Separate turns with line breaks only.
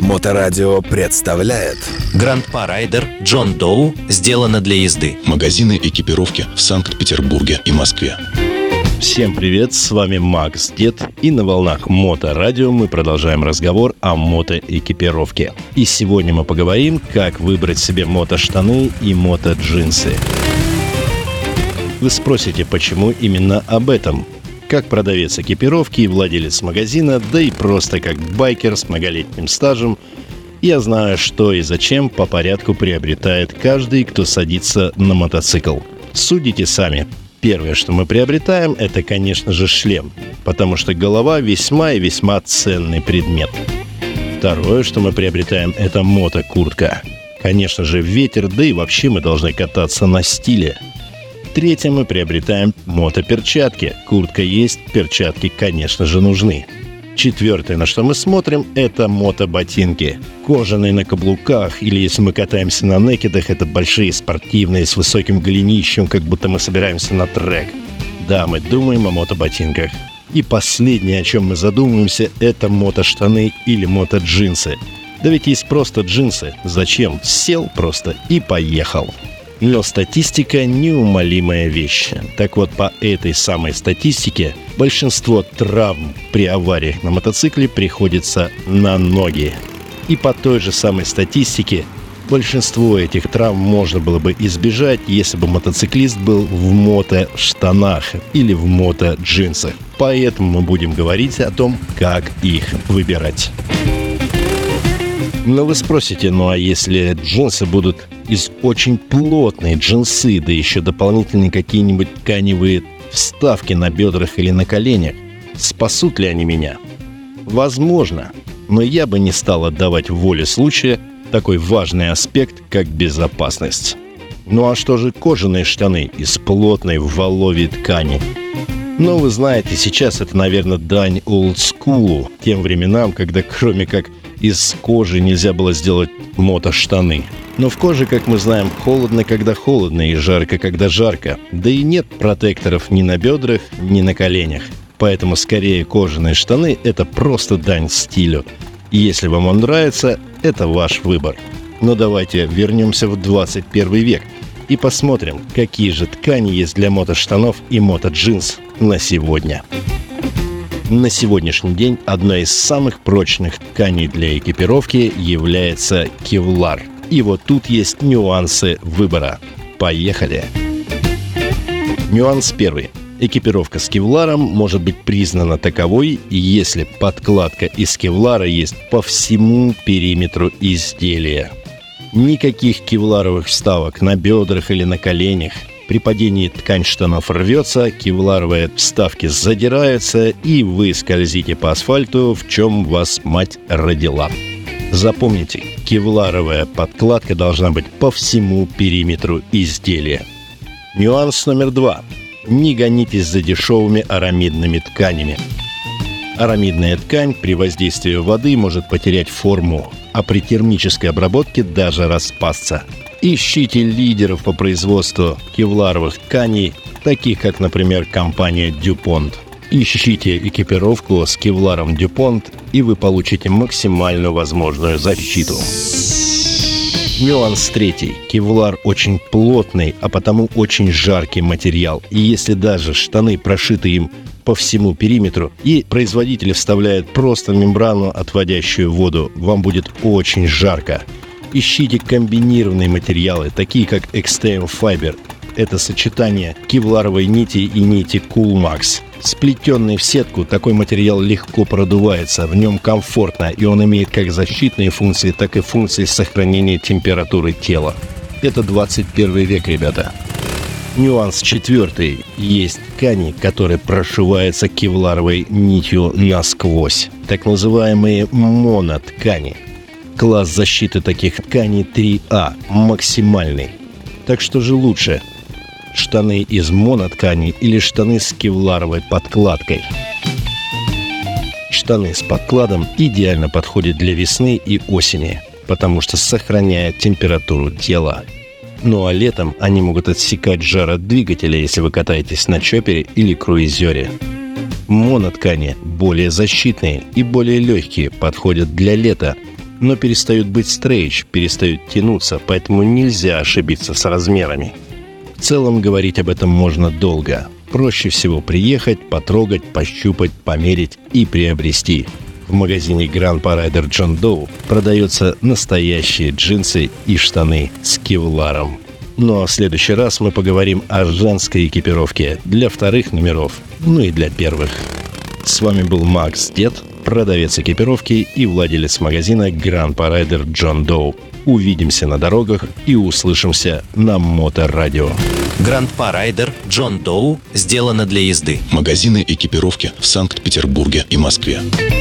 Моторадио представляет
Гранд Парайдер Джон Доу сделано для езды.
Магазины экипировки в Санкт-Петербурге и Москве.
Всем привет, с вами Макс Дед, и на волнах Моторадио мы продолжаем разговор о мотоэкипировке. И сегодня мы поговорим, как выбрать себе мотоштаны и мотоджинсы. Вы спросите, почему именно об этом? Как продавец экипировки и владелец магазина, да и просто как байкер с многолетним стажем, я знаю, что и зачем по порядку приобретает каждый, кто садится на мотоцикл. Судите сами. Первое, что мы приобретаем, это, конечно же, шлем, потому что голова весьма и весьма ценный предмет. Второе, что мы приобретаем, это мотокуртка. Конечно же, ветер, да и вообще мы должны кататься на стиле. Третье, мы приобретаем мотоперчатки. Куртка есть, перчатки, конечно же, нужны. Четвертое, на что мы смотрим, это мотоботинки. Кожаные на каблуках, или если мы катаемся на некедах, это большие спортивные с высоким голенищем, как будто мы собираемся на трек. Да, мы думаем о мотоботинках. И последнее, о чем мы задумываемся, это мотоштаны или мотоджинсы. Да ведь есть просто джинсы. Зачем? Сел просто и поехал. Но статистика – неумолимая вещь. Так вот, по этой самой статистике большинство травм при авариях на мотоцикле приходится на ноги. И по той же самой статистике большинство этих травм можно было бы избежать, если бы мотоциклист был в мотоштанах или в мотоджинсах. Поэтому мы будем говорить о том, как их выбирать. Но вы спросите, а если джинсы будут из очень плотной джинсы, да еще дополнительные какие-нибудь тканевые вставки на бедрах или на коленях, спасут ли они меня? Возможно, но я бы не стал отдавать воле случая такой важный аспект, как безопасность. Ну а что же кожаные штаны из плотной воловьей ткани? Но вы знаете, сейчас это, наверное, дань олдскулу, тем временам, когда кроме как из кожи нельзя было сделать мотоштаны. Но в коже, как мы знаем, холодно, когда холодно, и жарко, когда жарко. Да и нет протекторов ни на бедрах, ни на коленях. Поэтому скорее кожаные штаны – это просто дань стилю. И если вам он нравится, это ваш выбор. Но давайте вернемся в 21 век и посмотрим, какие же ткани есть для мотоштанов и мотоджинс на сегодня. На сегодняшний день одной из самых прочных тканей для экипировки является кевлар. И вот тут есть нюансы выбора. Поехали! Нюанс первый. Экипировка с кевларом может быть признана таковой, если подкладка из кевлара есть по всему периметру изделия. Никаких кевларовых вставок на бедрах или на коленях. При падении ткань штанов рвется, кевларовые вставки задираются, и вы скользите по асфальту, в чем вас мать родила. Запомните, кевларовая подкладка должна быть по всему периметру изделия. Нюанс номер 2. Не гонитесь за дешевыми арамидными тканями. Арамидная ткань при воздействии воды может потерять форму, а при термической обработке даже распасться. Ищите лидеров по производству кевларовых тканей, таких как, например, компания DuPont. Ищите экипировку с кевларом DuPont, и вы получите максимальную возможную защиту. Нюанс третий. Кевлар очень плотный, а потому очень жаркий материал. И если даже штаны прошиты им по всему периметру, и производитель вставляет просто мембрану, отводящую воду, вам будет очень жарко. Ищите комбинированные материалы, такие как XTM Fiber. Это сочетание кевларовой нити и нити Coolmax. Сплетенный в сетку, такой материал легко продувается, в нем комфортно, и он имеет как защитные функции, так и функции сохранения температуры тела. Это 21 век, ребята. Нюанс четвертый. Есть ткани, которые прошиваются кевларовой нитью насквозь. Так называемые моноткани. Класс защиты таких тканей 3А, максимальный. Так что же лучше? Штаны из моноткани или штаны с кевларовой подкладкой? Штаны с подкладом идеально подходят для весны и осени, потому что сохраняют температуру тела. Ну а летом они могут отсекать жар от двигателя, если вы катаетесь на чоппере или круизере. Моноткани более защитные и более легкие, подходят для лета. но перестают быть стрейч, перестают тянуться, поэтому нельзя ошибиться с размерами. В целом говорить об этом можно долго. Проще всего приехать, потрогать, пощупать, померить и приобрести. В магазине Grand Parader John Doe продаются настоящие джинсы и штаны с кевларом. Ну а в следующий раз мы поговорим о женской экипировке для вторых номеров, ну и для первых. С вами был Макс Дед, продавец экипировки и владелец магазина Grand Parader John Doe. Увидимся на дорогах и услышимся на Моторадио.
Grand Parader John Doe сделано для езды.
Магазины экипировки в Санкт-Петербурге и Москве.